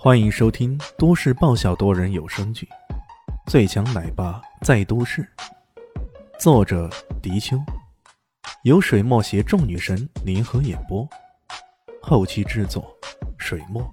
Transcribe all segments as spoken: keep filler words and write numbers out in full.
欢迎收听都市爆笑多人有声剧《最强奶爸在都市》，作者：迪秋，由水墨携众女神联合演播，后期制作：水墨。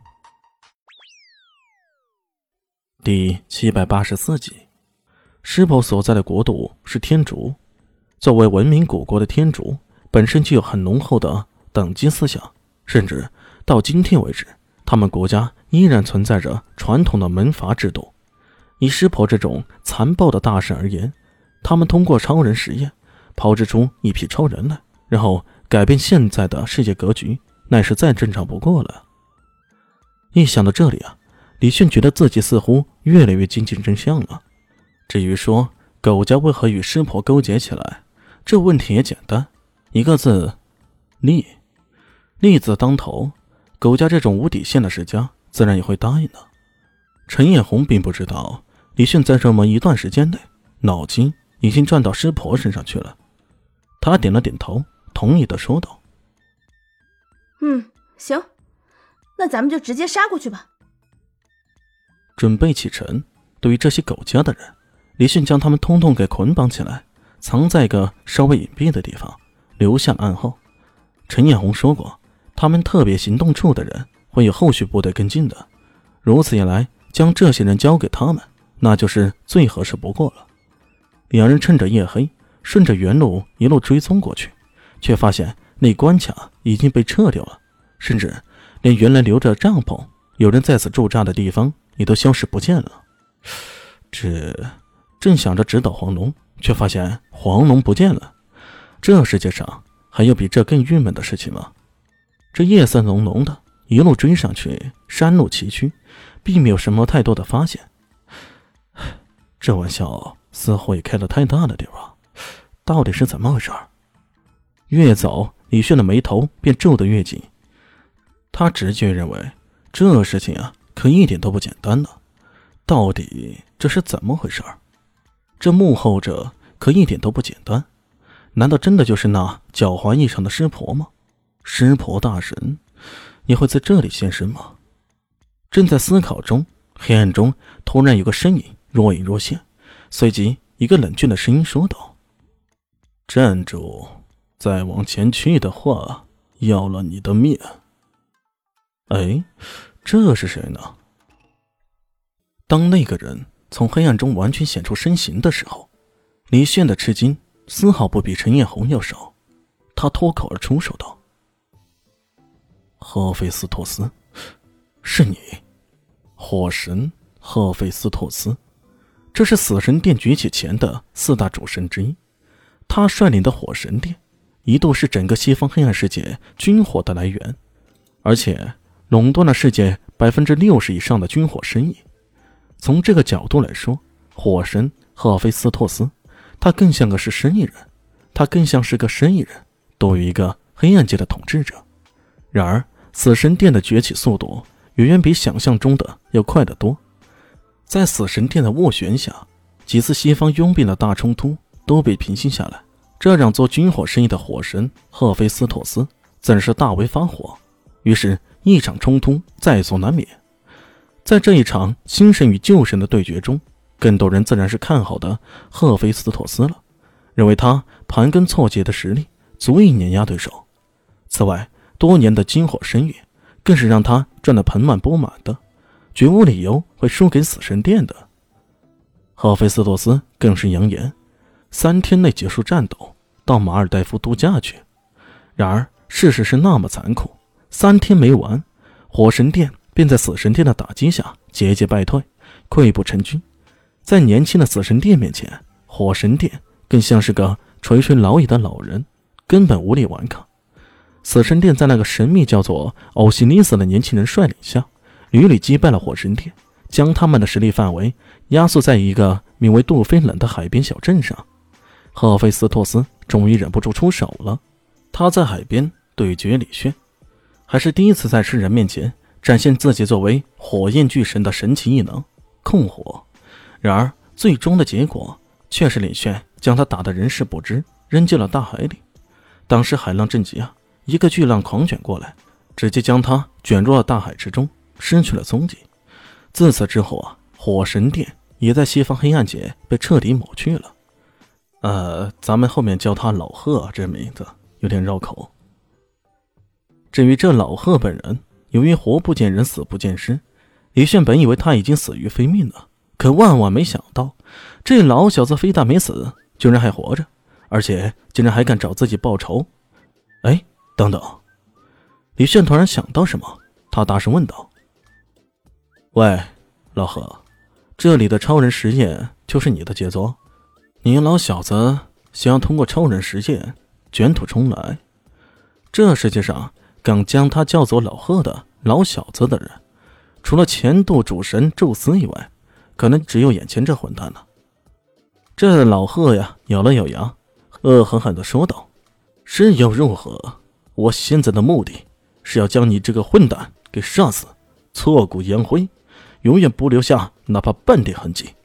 第七百八十四集，师婆所在的国度是天竺。作为文明古国的天竺，本身就有很浓厚的等级思想，甚至到今天为止，他们国家依然存在着传统的门阀制度。以师婆这种残暴的大神而言，他们通过超人实验炮制出一批超人来，然后改变现在的世界格局，那是再正常不过了。一想到这里啊，李迅觉得自己似乎越来越接近真相了。至于说苟家为何与师婆勾结起来，这问题也简单，一个字：利。利字当头，苟家这种无底线的世家自然也会答应的。陈艳红并不知道李迅在这么一段时间内脑筋已经转到师婆身上去了。他点了点头，同意地说道： 嗯，行，那咱们就直接杀过去吧。 准备启程，对于这些苟家的人，李迅将他们通通给捆绑起来，藏在一个稍微隐蔽的地方，留下了暗号。陈艳红说过，他们特别行动处的人会有后续部队跟进的，如此一来，将这些人交给他们，那就是最合适不过了。两人趁着夜黑，顺着原路一路追踪过去，却发现那关卡已经被撤掉了，甚至连原来留着帐篷有人在此驻扎的地方也都消失不见了。这正想着直捣黄龙，却发现黄龙不见了。这世界上还有比这更郁闷的事情吗？这夜色浓浓的，一路追上去，山路崎岖，并没有什么太多的发现。这玩笑似乎也开得太大了点吧？到底是怎么回事？越走，李迅的眉头便皱得越紧。他直觉认为这事情啊，可一点都不简单了。到底这是怎么回事？这幕后者可一点都不简单。难道真的就是那狡猾异常的师婆吗？师婆大神也会在这里现身吗？正在思考中，黑暗中突然有个身影若隐若现，随即一个冷峻的声音说道：站住，再往前去的话，要了你的命。哎，这是谁呢？当那个人从黑暗中完全显出身形的时候，李炫的吃惊丝毫不比陈艳红要少。他脱口而出说道：赫菲斯托斯，是你，火神赫菲斯托斯。这是死神殿崛起前的四大主神之一，他率领的火神殿一度是整个西方黑暗世界军火的来源，而且垄断了世界 百分之六十 以上的军火生意。从这个角度来说，火神赫菲斯托斯他更像个是生意人，他更像是个生意人，多于一个黑暗界的统治者。然而死神殿的崛起速度远远比想象中的要快得多。在死神殿的斡旋下，几次西方拥兵的大冲突都被平息下来，这让做军火生意的火神赫菲斯托斯自然是大为发火。于是一场冲突在所难免。在这一场新神与旧神的对决中，更多人自然是看好的赫菲斯托斯了，认为他盘根错节的实力足以碾压对手。此外，多年的金火生意更是让他赚得盆满钵满的，绝无理由会输给死神殿的。赫菲斯托斯更是扬言三天内结束战斗，到马尔代夫度假去。然而事实是那么残酷，三天没完，火神殿便在死神殿的打击下节节败退，溃不成军。在年轻的死神殿面前，火神殿更像是个垂垂老矣的老人，根本无力顽抗。死神殿在那个神秘叫做欧西里斯的年轻人率领下，屡屡击败了火神殿，将他们的实力范围压缩在一个名为杜菲冷的海边小镇上。赫菲斯托斯终于忍不住出手了，他在海边对决李炫，还是第一次在世人面前展现自己作为火焰巨神的神奇异能控火。然而最终的结果却是李炫将他打得人事不知，扔进了大海里。当时海浪正急啊，一个巨浪狂卷过来，直接将他卷入了大海之中，失去了踪迹。 自此之后啊，火神殿也在西方黑暗界被彻底抹去了。呃，咱们后面叫他老贺，这名字有点绕口。至于这老贺本人，由于活不见人死不见尸，李炫本以为他已经死于非命了，可万万没想到，这老小子非但没死，居然还活着，而且竟然还敢找自己报仇。哎，等等！李炫突然想到什么，他大声问道：喂，老贺，这里的超人实验就是你的杰作？你老小子想要通过超人实验卷土重来？这世界上敢将他叫做老贺的老小子的人，除了前度主神宙斯以外，可能只有眼前这混蛋了。这老贺呀，咬了咬牙，恶狠狠地说道：是又如何？我现在的目的是要将你这个混蛋给杀死，挫骨扬灰，永远不留下哪怕半点痕迹。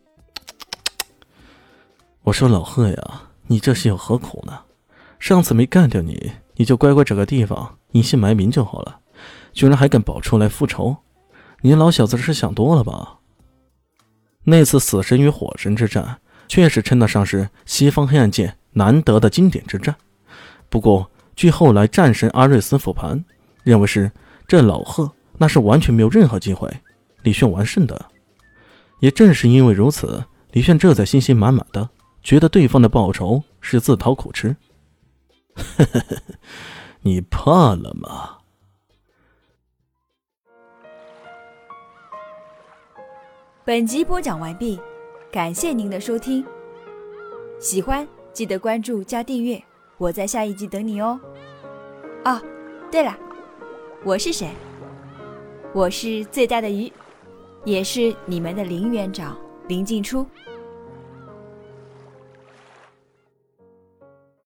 我说老贺呀，你这是有何苦呢？上次没干掉你，你就乖乖找个地方隐姓埋名就好了，居然还敢跑出来复仇，你老小子是想多了吧？那次死神与火神之战确实称得上是西方黑暗界难得的经典之战，不过据后来战神阿瑞斯复盘，认为是这老贺那是完全没有任何机会李炫完胜的。也正是因为如此，李炫这才信心满满的觉得对方的报仇是自讨苦吃。呵呵呵，你怕了吗？ 本集播讲完毕，感谢您的收听。喜欢记得关注加订阅，我在下一集等你哦。哦，对了，我是谁？我是最大的鱼，也是你们的林园长林静初。